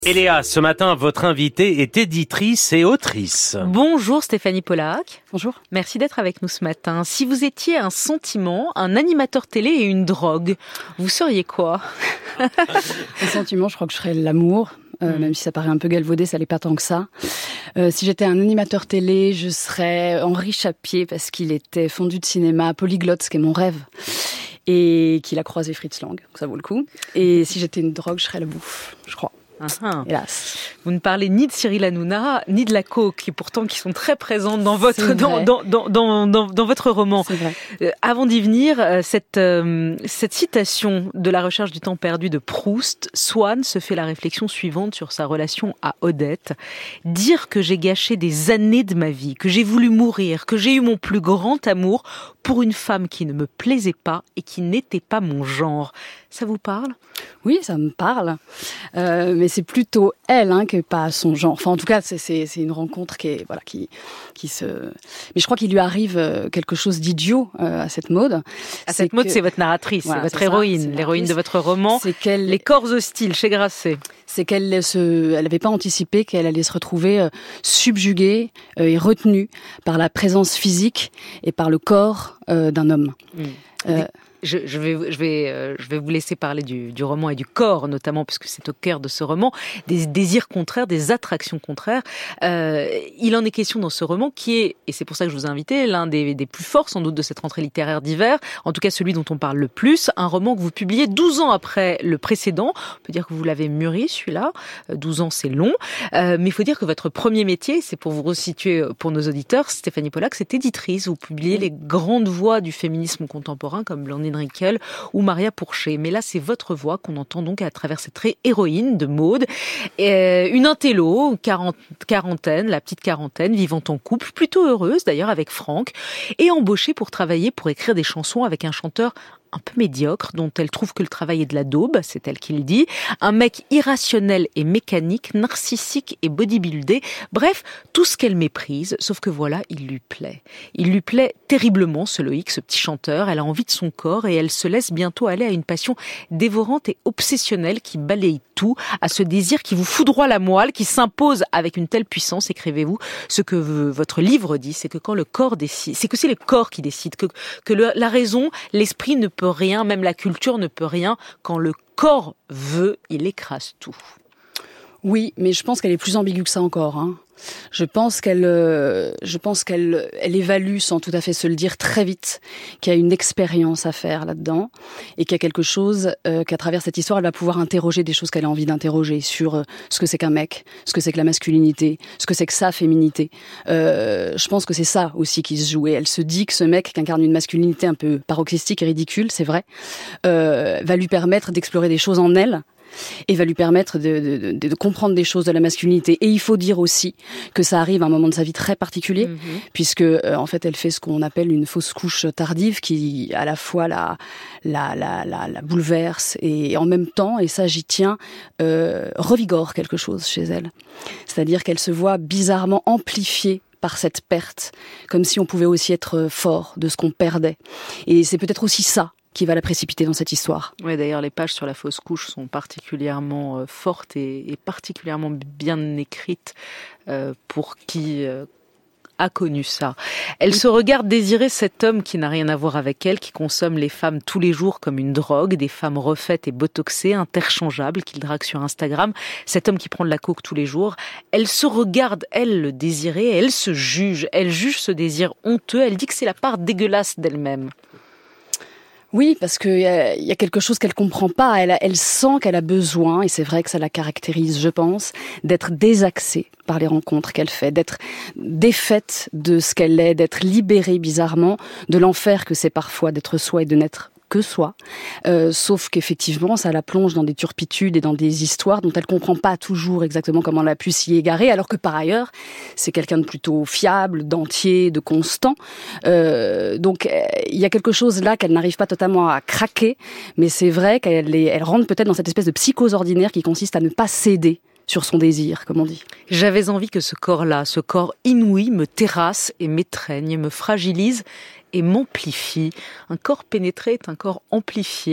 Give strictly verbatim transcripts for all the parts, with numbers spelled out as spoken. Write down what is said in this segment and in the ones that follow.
Et Léa, ce matin, votre invitée est éditrice et autrice. Bonjour Stéphanie Pollack. Bonjour. Merci d'être avec nous ce matin. Si vous étiez un sentiment, un animateur télé et une drogue, vous seriez quoi ? Un sentiment, je crois que je serais l'amour. Euh, mmh. Même si ça paraît un peu galvaudé, ça l'est pas tant que ça. Euh, si j'étais un animateur télé, je serais Henri Chapier parce qu'il était fondu de cinéma, polyglotte, ce qui est mon rêve, et qu'il a croisé Fritz Lang, donc ça vaut le coup. Et si j'étais une drogue, je serais la bouffe, je crois. Uh-huh. Hélas. Vous ne parlez ni de Cyril Hanouna, ni de la coke, qui pourtant qui sont très présentes dans votre dans, dans, dans, dans, dans, dans votre roman. C'est vrai. Euh, avant d'y venir, cette euh, cette citation de La recherche du temps perdu de Proust, Swann se fait la réflexion suivante sur sa relation à Odette. Dire que j'ai gâché des années de ma vie, que j'ai voulu mourir, que j'ai eu mon plus grand amour pour une femme qui ne me plaisait pas et qui n'était pas mon genre. Ça vous parle ? Oui, ça me parle. Euh, mais c'est plutôt elle hein, que pas son genre. Enfin, en tout cas, c'est, c'est, c'est une rencontre qui est, voilà, qui, qui se... Mais je crois qu'il lui arrive quelque chose d'idiot euh, à cette Maud. À c'est cette Maud, que... c'est votre narratrice, voilà, c'est votre c'est héroïne, ça, c'est l'héroïne de votre roman. C'est qu'elle... Les corps hostiles, chez Grasset. C'est qu'elle se, elle n'avait pas anticipé qu'elle allait se retrouver euh, subjuguée euh, et retenue par la présence physique et par le corps euh, d'un homme. Mmh. Euh, Je, je, vais, je, vais, euh, je vais vous laisser parler du, du roman et du corps, notamment, puisque c'est au cœur de ce roman, des désirs contraires, des attractions contraires. Euh, il en est question dans ce roman qui est, et c'est pour ça que je vous ai invité, l'un des, des plus forts, sans doute, de cette rentrée littéraire d'hiver, en tout cas celui dont on parle le plus, un roman que vous publiez douze ans après le précédent. On peut dire que vous l'avez mûri, celui-là. douze ans, c'est long. Euh, mais il faut dire que votre premier métier, c'est pour vous resituer pour nos auditeurs, Stéphanie Pollack, c'est éditrice. Vous publiez les grandes voix du féminisme contemporain, comme Blandine Rinkel ou Maria Pourchet. Mais là, c'est votre voix qu'on entend donc à travers cette héroïne de Maud. Et une intello, quarante, quarantaine, la petite quarantaine, vivant en couple, plutôt heureuse d'ailleurs avec Franck, et embauchée pour travailler, pour écrire des chansons avec un chanteur un peu médiocre, dont elle trouve que le travail est de la daube, c'est elle qui le dit, un mec irrationnel et mécanique, narcissique et bodybuildé, bref, tout ce qu'elle méprise, sauf que voilà, il lui plaît. Il lui plaît terriblement, ce Loïc, ce petit chanteur, elle a envie de son corps et elle se laisse bientôt aller à une passion dévorante et obsessionnelle qui balaye tout, à ce désir qui vous foudroie la moelle, qui s'impose avec une telle puissance, écrivez-vous, ce que votre livre dit, c'est que quand le corps décide, c'est que c'est le corps qui décide, que, que le, la raison, l'esprit ne peut rien, même la culture ne peut rien. Quand le corps veut, il écrase tout. Oui, mais je pense qu'elle est plus ambiguë que ça encore. Hein. Je pense qu'elle, euh, je pense qu'elle, elle évalue, sans tout à fait se le dire, très vite, qu'il y a une expérience à faire là-dedans et qu'il y a quelque chose euh, qu'à travers cette histoire, elle va pouvoir interroger des choses qu'elle a envie d'interroger sur euh, ce que c'est qu'un mec, ce que c'est que la masculinité, ce que c'est que sa féminité. Euh, je pense que c'est ça aussi qui se joue. Et elle se dit que ce mec qui incarne une masculinité un peu paroxystique et ridicule, c'est vrai, euh, va lui permettre d'explorer des choses en elle et va lui permettre de, de, de, de comprendre des choses de la masculinité. Et il faut dire aussi que ça arrive à un moment de sa vie très particulier, mmh. puisque euh, en fait elle fait ce qu'on appelle une fausse couche tardive qui à la fois la, la, la, la, la bouleverse et en même temps, et ça j'y tiens, euh, revigore quelque chose chez elle. C'est-à-dire qu'elle se voit bizarrement amplifiée par cette perte, comme si on pouvait aussi être fort de ce qu'on perdait. Et c'est peut-être aussi ça qui va la précipiter dans cette histoire. Oui, d'ailleurs, les pages sur la fausse couche sont particulièrement euh, fortes et, et particulièrement bien écrites euh, pour qui euh, a connu ça. Elle se regarde désirer cet homme qui n'a rien à voir avec elle, qui consomme les femmes tous les jours comme une drogue, des femmes refaites et botoxées, interchangeables, qu'il drague sur Instagram, cet homme qui prend de la coke tous les jours. Elle se regarde, elle, le désirer, elle se juge, elle juge ce désir honteux, elle dit que c'est la part dégueulasse d'elle-même. Oui, parce qu'il y a, y a quelque chose qu'elle comprend pas. Elle, a, elle sent qu'elle a besoin, et c'est vrai que ça la caractérise, je pense, d'être désaxée par les rencontres qu'elle fait, d'être défaite de ce qu'elle est, d'être libérée bizarrement de l'enfer que c'est parfois d'être soi et de n'être que soi, euh, sauf qu'effectivement ça la plonge dans des turpitudes et dans des histoires dont elle comprend pas toujours exactement comment elle a pu s'y égarer, alors que par ailleurs c'est quelqu'un de plutôt fiable, d'entier, de constant. Euh, donc il y a quelque chose là qu'elle n'arrive pas totalement à craquer, mais c'est vrai qu'elle est, elle rentre peut-être dans cette espèce de psychose ordinaire qui consiste à ne pas céder sur son désir, comme on dit. J'avais envie que ce corps-là, ce corps inouï, me terrasse et m'étreigne, me fragilise et m'amplifie. Un corps pénétré est un corps amplifié.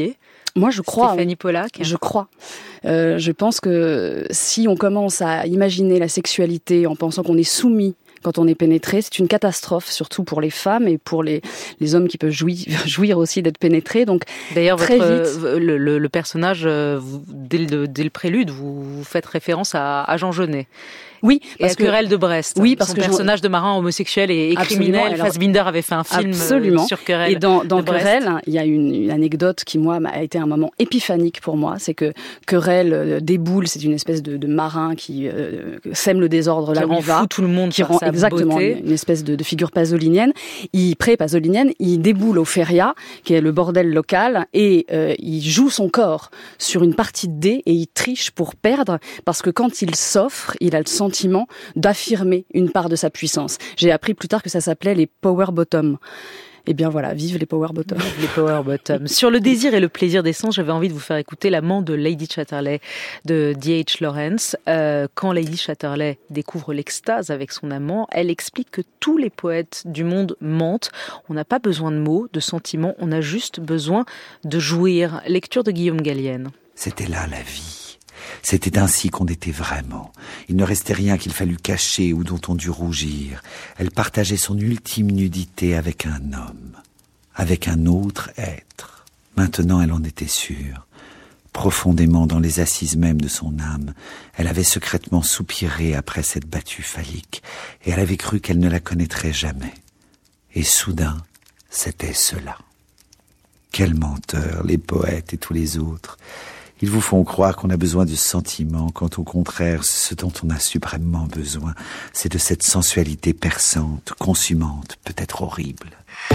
Moi, je crois. Stéphanie Pollack. Je crois. Euh, je pense que si on commence à imaginer la sexualité en pensant qu'on est soumis quand on est pénétré, c'est une catastrophe, surtout pour les femmes et pour les, les hommes qui peuvent jouir, jouir aussi d'être pénétrés. Donc, d'ailleurs, très votre, vite, euh, le, le, le personnage, vous, dès, le, dès le prélude, vous, vous faites référence à, à Jean Genet. Oui, parce et à que, Querelle de Brest. Oui, parce son que personnage de marin homosexuel et, et criminel. Alors, Fassbinder avait fait un film absolument. sur Querelle. Et dans, dans de Brest. Querelle, il y a une, une anecdote qui, moi, a été un moment épiphanique pour moi. C'est que Querelle déboule, c'est une espèce de, de marin qui euh, sème le désordre qui là où il va. Qui rend fou tout le monde qui par rend sa exactement beauté. Une, une espèce de, de figure pasolinienne. Il, pré-pasolinienne, il déboule au Feria, qui est le bordel local, et euh, il joue son corps sur une partie de dés et il triche pour perdre, parce que quand il s'offre, il a le sentiment d'affirmer une part de sa puissance. J'ai appris plus tard que ça s'appelait les power bottom. Eh bien voilà, vive les power bottom. Les power bottom. Sur le désir et le plaisir des sens, j'avais envie de vous faire écouter l'amant de Lady Chatterley de D H Lawrence. Euh, quand Lady Chatterley découvre l'extase avec son amant, elle explique que tous les poètes du monde mentent. On n'a pas besoin de mots, de sentiments, on a juste besoin de jouir. Lecture de Guillaume Gallienne. C'était là la vie. C'était ainsi qu'on était vraiment. Il ne restait rien qu'il fallût cacher ou dont on dût rougir. Elle partageait son ultime nudité avec un homme, avec un autre être. Maintenant, elle en était sûre. Profondément dans les assises mêmes de son âme, elle avait secrètement soupiré après cette battue phallique, et elle avait cru qu'elle ne la connaîtrait jamais. Et soudain, c'était cela. Quels menteurs, les poètes et tous les autres! Ils vous font croire qu'on a besoin de sentiments, quand au contraire, ce dont on a suprêmement besoin, c'est de cette sensualité perçante, consumante, peut-être horrible.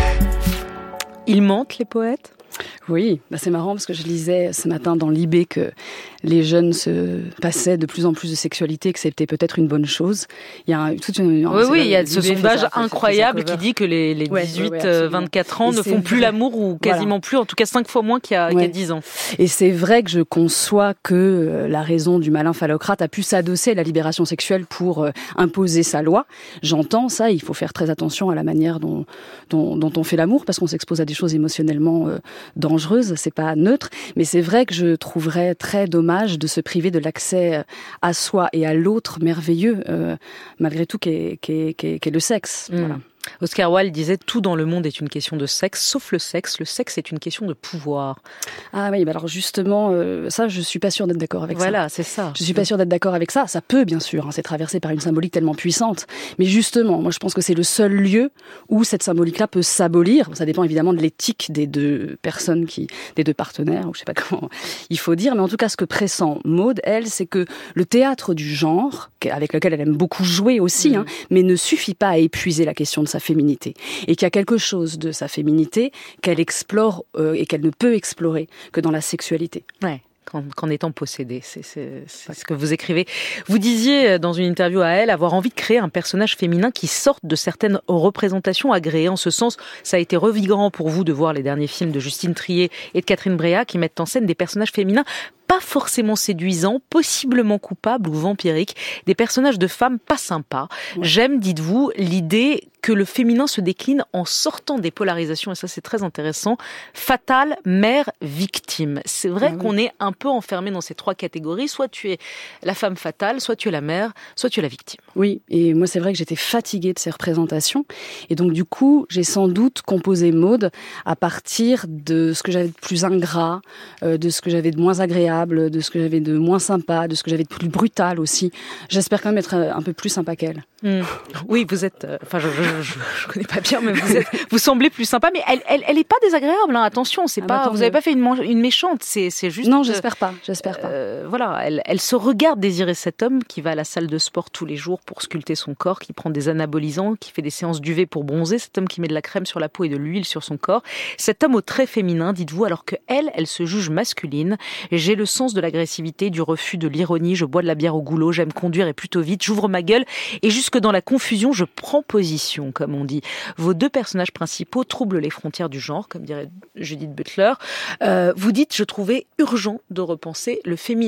Ils mentent, les poètes ? Oui, bah c'est marrant parce que je lisais ce matin dans l'I B que les jeunes se passaient de plus en plus de sexualité, que c'était peut-être une bonne chose. Il y a un, toute une... Oui, oui, il y a ce sondage ça, incroyable qui dit que les, les dix-huit vingt-quatre ouais, ouais, ans et ne font plus vrai. l'amour ou quasiment voilà. plus, en tout cas cinq fois moins qu'il y a, ouais. qu'il y a dix ans. Et c'est vrai que je conçois que la raison du malin phallocrate a pu s'adosser à la libération sexuelle pour imposer sa loi. J'entends ça, il faut faire très attention à la manière dont, dont, dont on fait l'amour parce qu'on s'expose à des choses émotionnellement euh, dangereuse, c'est pas neutre, mais c'est vrai que je trouverais très dommage de se priver de l'accès à soi et à l'autre merveilleux, euh, malgré tout, qu'est, qu'est, qu'est, qu'est le sexe. Mmh. Voilà. Oscar Wilde disait « Tout dans le monde est une question de sexe, sauf le sexe. Le sexe est une question de pouvoir. » Ah oui, bah alors justement, euh, ça, je suis pas sûre d'être d'accord avec voilà, ça. Voilà, c'est ça. Je suis pas sûre d'être d'accord avec ça. Ça peut, bien sûr, hein, c'est traversé par une symbolique tellement puissante. Mais justement, moi, je pense que c'est le seul lieu où cette symbolique-là peut s'abolir. Ça dépend évidemment de l'éthique des deux personnes, qui, des deux partenaires, ou je sais pas comment il faut dire. Mais en tout cas, ce que pressent Maud, elle, c'est que le théâtre du genre, avec lequel elle aime beaucoup jouer aussi, mmh. hein, mais ne suffit pas à épuiser la question de sa féminité. Et qu'il y a quelque chose de sa féminité qu'elle explore euh, et qu'elle ne peut explorer que dans la sexualité. Ouais. Qu'en étant possédée, c'est, c'est, c'est ce que vous écrivez. Vous disiez dans une interview à elle avoir envie de créer un personnage féminin qui sorte de certaines représentations agréées. En ce sens, ça a été revigorant pour vous de voir les derniers films de Justine Triet et de Catherine Breillat qui mettent en scène des personnages féminins pas forcément séduisants, possiblement coupables ou vampiriques, des personnages de femmes pas sympas. Ouais. J'aime, dites-vous, l'idée que le féminin se décline en sortant des polarisations, et ça c'est très intéressant, fatale, mère, victime. C'est vrai ah, qu'on oui. est un peu enfermé dans ces trois catégories, soit tu es la femme fatale, soit tu es la mère, soit tu es la victime. Oui, et moi c'est vrai que j'étais fatiguée de ces représentations, et donc du coup j'ai sans doute composé Maud à partir de ce que j'avais de plus ingrat, euh, de ce que j'avais de moins agréable, de ce que j'avais de moins sympa, de ce que j'avais de plus brutal aussi. J'espère quand même être un peu plus sympa qu'elle. Mmh. Oui, vous êtes... Enfin, euh, je, je, je, je connais pas bien, mais vous êtes, vous semblez plus sympa. Mais elle, elle, elle est pas désagréable. Hein, attention, c'est ah pas. Bah, vous avez pas fait une, une méchante. C'est, c'est juste. Non, j'espère pas. J'espère pas. Euh, voilà, elle, elle se regarde désirer cet homme qui va à la salle de sport tous les jours pour sculpter son corps, qui prend des anabolisants, qui fait des séances d'U V pour bronzer. Cet homme qui met de la crème sur la peau et de l'huile sur son corps. Cet homme au trait féminin, dites-vous, alors que elle, elle se juge masculine. J'ai le sens de l'agressivité, du refus, de l'ironie. Je bois de la bière au goulot. J'aime conduire et plutôt vite. J'ouvre ma gueule et jusque dans la confusion, je prends position, comme on dit. Vos deux personnages principaux troublent les frontières du genre, comme dirait Judith Butler. Euh, vous dites, je trouvais urgent de repenser le féminin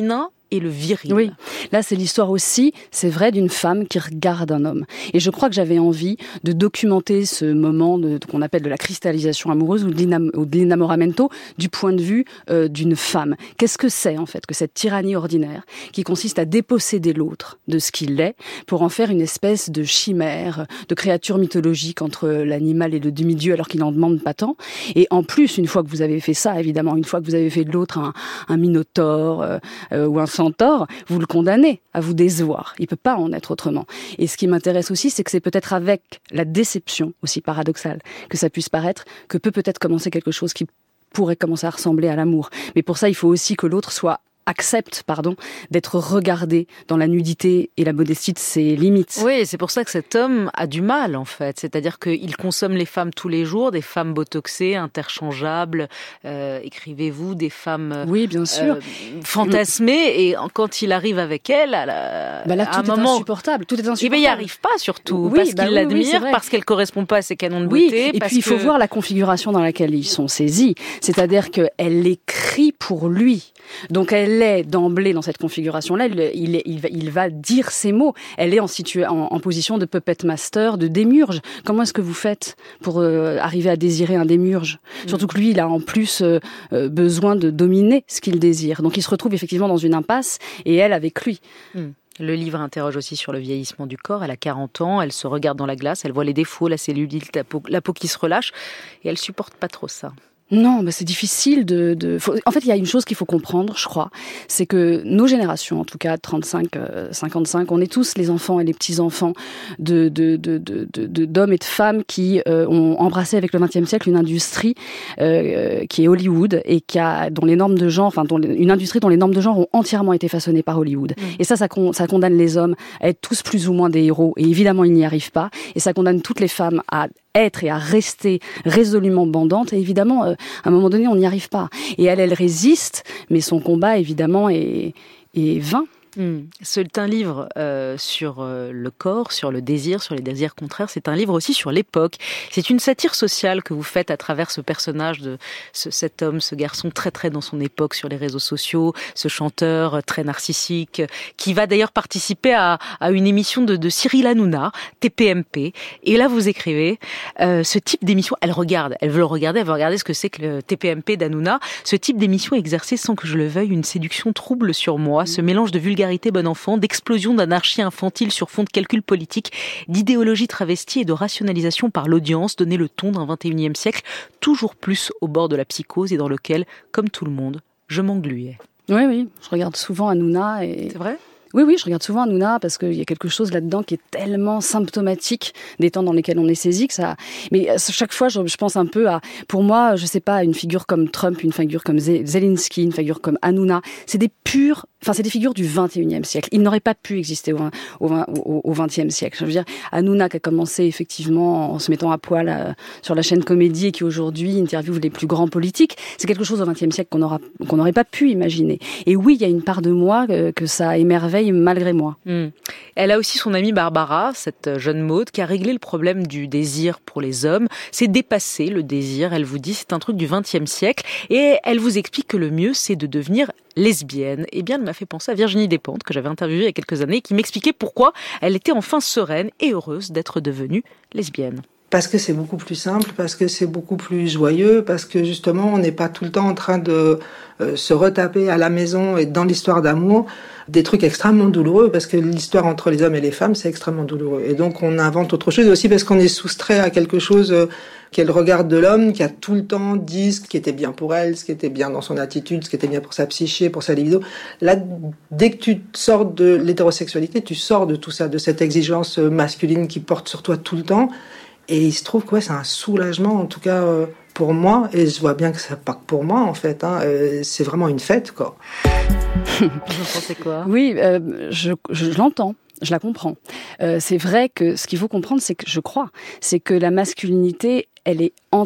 et le viril. Oui, là c'est l'histoire aussi, c'est vrai, d'une femme qui regarde un homme. Et je crois que j'avais envie de documenter ce moment de, qu'on appelle de la cristallisation amoureuse ou de, l'inam- ou de l'innamoramento du point de vue euh, d'une femme. Qu'est-ce que c'est en fait que cette tyrannie ordinaire qui consiste à déposséder l'autre de ce qu'il est pour en faire une espèce de chimère, de créature mythologique entre l'animal et le demi-dieu alors qu'il n'en demande pas tant. Et en plus, une fois que vous avez fait ça, évidemment, une fois que vous avez fait de l'autre un, un minotaure euh, euh, ou un centaure, vous le condamnez à vous décevoir. Il ne peut pas en être autrement. Et ce qui m'intéresse aussi, c'est que c'est peut-être avec la déception, aussi paradoxale que ça puisse paraître, que peut peut-être commencer quelque chose qui pourrait commencer à ressembler à l'amour. Mais pour ça, il faut aussi que l'autre soit accepte, pardon, d'être regardé dans la nudité et la modestie de ses limites. Oui, c'est pour ça que cet homme a du mal, en fait. C'est-à-dire qu'il consomme les femmes tous les jours, des femmes botoxées, interchangeables, euh, écrivez-vous, des femmes oui, bien sûr. Euh, fantasmées, et quand il arrive avec elles, à, la, bah là, à tout un est moment... insupportable. Tout est insupportable. Eh bien, il n'y arrive pas, surtout, oui, parce bah qu'il oui, l'admire, oui, parce qu'elle ne correspond pas à ses canons de oui, beauté. Et parce puis, il faut que... voir la configuration dans laquelle ils sont saisis. C'est-à-dire qu'elle écrit pour lui. Donc, elle est d'emblée dans cette configuration-là, il, il, il, va, il va dire ces mots. Elle est en, situa- en, en position de puppet master, de démiurge. Comment est-ce que vous faites pour euh, arriver à désirer un démiurge ? mmh. Surtout que lui, il a en plus euh, euh, besoin de dominer ce qu'il désire. Donc il se retrouve effectivement dans une impasse, et elle avec lui. mmh. Le livre interroge aussi sur le vieillissement du corps. Elle a quarante ans, elle se regarde dans la glace, elle voit les défauts, la cellulite, la peau, la peau qui se relâche, et elle supporte pas trop ça. Non, mais c'est difficile de... de... Faut... En fait, il y a une chose qu'il faut comprendre, je crois, c'est que nos générations, en tout cas trente-cinq, cinquante-cinq, on est tous les enfants et les petits-enfants de, de, de, de, de, d'hommes et de femmes qui euh, ont embrassé avec le vingtième siècle une industrie euh, qui est Hollywood, et qui a, dont les normes de genre, enfin, dont les, une industrie dont les normes de genre ont entièrement été façonnées par Hollywood. Mmh. Et ça, ça, con, ça condamne les hommes à être tous plus ou moins des héros, et évidemment, ils n'y arrivent pas. Et ça condamne toutes les femmes à être et à rester résolument bandante, et évidemment, euh, à un moment donné, on n'y arrive pas. Et elle, elle résiste, mais son combat, évidemment, est, est vain. Mmh. C'est un livre euh, sur euh, le corps, sur le désir, sur les désirs contraires. C'est un livre aussi sur l'époque. C'est une satire sociale que vous faites à travers ce personnage de ce, cet homme, ce garçon très très dans son époque sur les réseaux sociaux, ce chanteur très narcissique, qui va d'ailleurs participer à, à une émission de, de Cyril Hanouna, T P M P. Et là, vous écrivez euh, ce type d'émission. Elle regarde, elle veut le regarder, elle veut regarder ce que c'est que le T P M P d'Hanouna. Ce type d'émission exerçait sans que je le veuille une séduction trouble sur moi, mmh. ce mélange de vulgarité bon enfant, d'explosion d'anarchie infantile sur fond de calcul politique, d'idéologie travestie et de rationalisation par l'audience donnait le ton d'un vingt et unième siècle toujours plus au bord de la psychose, et dans lequel, comme tout le monde, je m'engluais. Oui, oui, je regarde souvent Hanouna. Et... C'est vrai ? Oui, oui, je regarde souvent Hanouna parce qu'il y a quelque chose là-dedans qui est tellement symptomatique des temps dans lesquels on est saisi que ça... Mais chaque fois, je, je pense un peu à... Pour moi, je sais pas, une figure comme Trump, une figure comme Zelensky, une figure comme Hanouna, c'est des purs... Enfin, c'est des figures du vingt et unième siècle. Ils n'auraient pas pu exister au, au, au, au vingtième siècle. Je veux dire, Hanouna qui a commencé effectivement en se mettant à poil euh, sur la chaîne Comédie et qui aujourd'hui interviewe les plus grands politiques, c'est quelque chose au vingtième siècle qu'on aura, qu'on n'aurait pas pu imaginer. Et oui, il y a une part de moi euh, que ça émerveille malgré moi. Mmh. Elle a aussi son amie Barbara, cette jeune Maude, qui a réglé le problème du désir pour les hommes. C'est dépasser le désir, elle vous dit, c'est un truc du vingtième siècle. Et elle vous explique que le mieux, c'est de devenir lesbienne. Eh bien, elle m'a fait penser à Virginie Despentes, que j'avais interviewée il y a quelques années, qui m'expliquait pourquoi elle était enfin sereine et heureuse d'être devenue lesbienne. Parce que c'est beaucoup plus simple, parce que c'est beaucoup plus joyeux, parce que justement, on n'est pas tout le temps en train de euh, se retaper à la maison et dans l'histoire d'amour des trucs extrêmement douloureux, parce que l'histoire entre les hommes et les femmes, c'est extrêmement douloureux. Et donc, on invente autre chose, et aussi parce qu'on est soustrait à quelque chose euh, qui est le regard de l'homme, qui a tout le temps dit ce qui était bien pour elle, ce qui était bien dans son attitude, ce qui était bien pour sa psyché, pour sa libido. Là, dès que tu sors de l'hétérosexualité, tu sors de tout ça, de cette exigence masculine qui porte sur toi tout le temps. Et il se trouve que ouais, c'est un soulagement, en tout cas euh, pour moi, et je vois bien que c'est pas que pour moi en fait, hein, euh, c'est vraiment une fête quoi. Vous en pensez quoi ? Oui, euh, je, je l'entends. Je la comprends. Euh, c'est vrai que ce qu'il faut comprendre, c'est que je crois, c'est que la masculinité, elle est hantée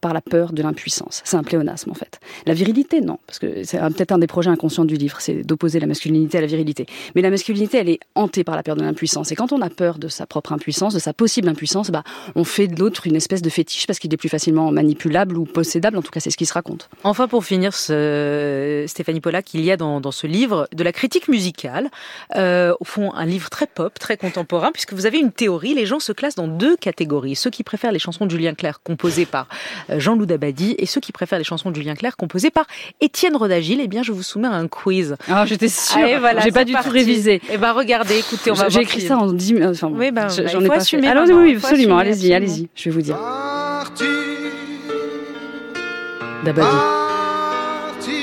par la peur de l'impuissance. C'est un pléonasme en fait. La virilité, non, parce que c'est peut-être un des projets inconscients du livre, c'est d'opposer la masculinité à la virilité. Mais la masculinité, elle est hantée par la peur de l'impuissance. Et quand on a peur de sa propre impuissance, de sa possible impuissance, bah, on fait de l'autre une espèce de fétiche parce qu'il est plus facilement manipulable ou possédable. En tout cas, c'est ce qui se raconte. Enfin, pour finir, ce... Stéphanie Pollack, il y a dans, dans ce livre de la critique musicale. Euh, au fond, un livre très pop, très contemporain, puisque vous avez une théorie. Les gens se classent dans deux catégories. Ceux qui préfèrent les chansons de Julien Clerc composées par Jean-Loup Dabadi et ceux qui préfèrent les chansons de Julien Clerc composées par Étienne Rodagil. Eh bien, je vous soumets à un quiz. Ah, j'étais sûre. Allez, voilà, j'ai pas du parti. tout révisé. Eh ben, regardez, écoutez, on va J'ai voir écrit si... ça en dix minutes. Enfin, oui, ben, j'en bah, ai il faut pas assumer. fait. Alors, maintenant, oui, il faut absolument. assumer, Allez-y, absolument. allez-y. Je vais vous dire. Parti, Dabadi. parti,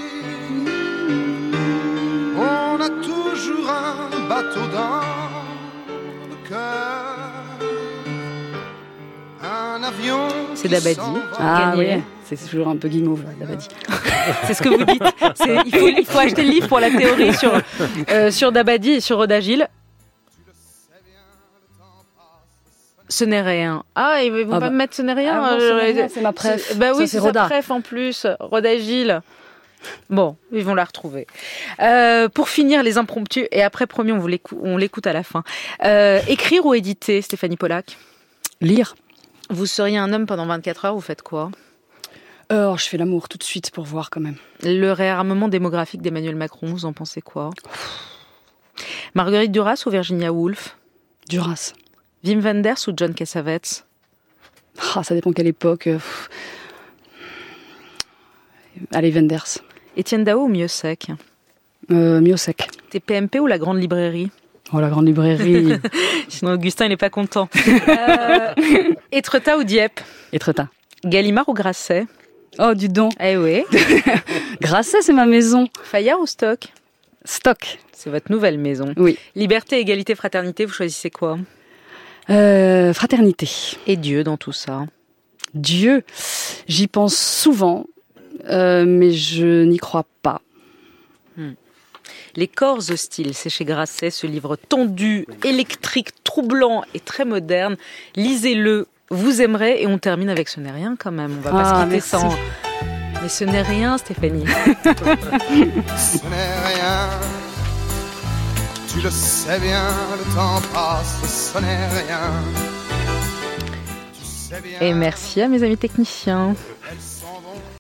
on a toujours un bateau dans le cœur, un avion. C'est Dabadi. Ah Gagné. oui, c'est toujours un peu guimauve, Dabadi. C'est ce que vous dites. C'est, il, faut, il faut acheter le livre pour la théorie sur, euh, sur Dabadi et sur Rodagil. Ce n'est rien. Ah, ils vont Ah pas bah. me mettre ce n'est rien. Ah bon, euh, Ce n'est rien, c'est ma préf. c'est- Bah oui, Ça, c'est, c'est sa Roda. préf en plus. Rodagil. Bon, ils vont la retrouver. Euh, pour finir, les impromptus, et après, promis, on, vous l'écoute, on l'écoute à la fin. Euh, écrire ou éditer, Stéphanie Pollack? Lire. Vous seriez un homme pendant vingt-quatre heures, vous faites quoi? Oh, je fais l'amour tout de suite pour voir quand même. Le réarmement démographique d'Emmanuel Macron, vous en pensez quoi? Marguerite Duras ou Virginia Woolf? Duras. Wim Wenders ou John Cassavetes? Ah, ça dépend quelle époque. euh, pff. Allez, Wenders. Étienne Dao ou Miossec? Euh, Miossec. T P M P ou la Grande Librairie? Oh, la grande librairie. Sinon, Augustin, il n'est pas content. euh, Étretat ou Dieppe? Étretat. Gallimard ou Grasset? Oh, du don. Eh oui. Grasset, c'est ma maison. Fayard ou Stock? Stock. C'est votre nouvelle maison. Oui. Liberté, égalité, fraternité, vous choisissez quoi? Euh, fraternité. Et Dieu dans tout ça? Dieu, j'y pense souvent, euh, mais je n'y crois pas. Les corps hostiles, c'est chez Grasset, ce livre tendu, électrique, troublant et très moderne. Lisez-le, vous aimerez, et on termine avec Ce n'est rien quand même. On va pas Ah, se quitter merci. sans... Mais ce n'est rien, Stéphanie. Ce n'est rien, tu le sais bien, le temps passe, ce n'est rien. Tu sais bien, Et merci à mes amis techniciens. elle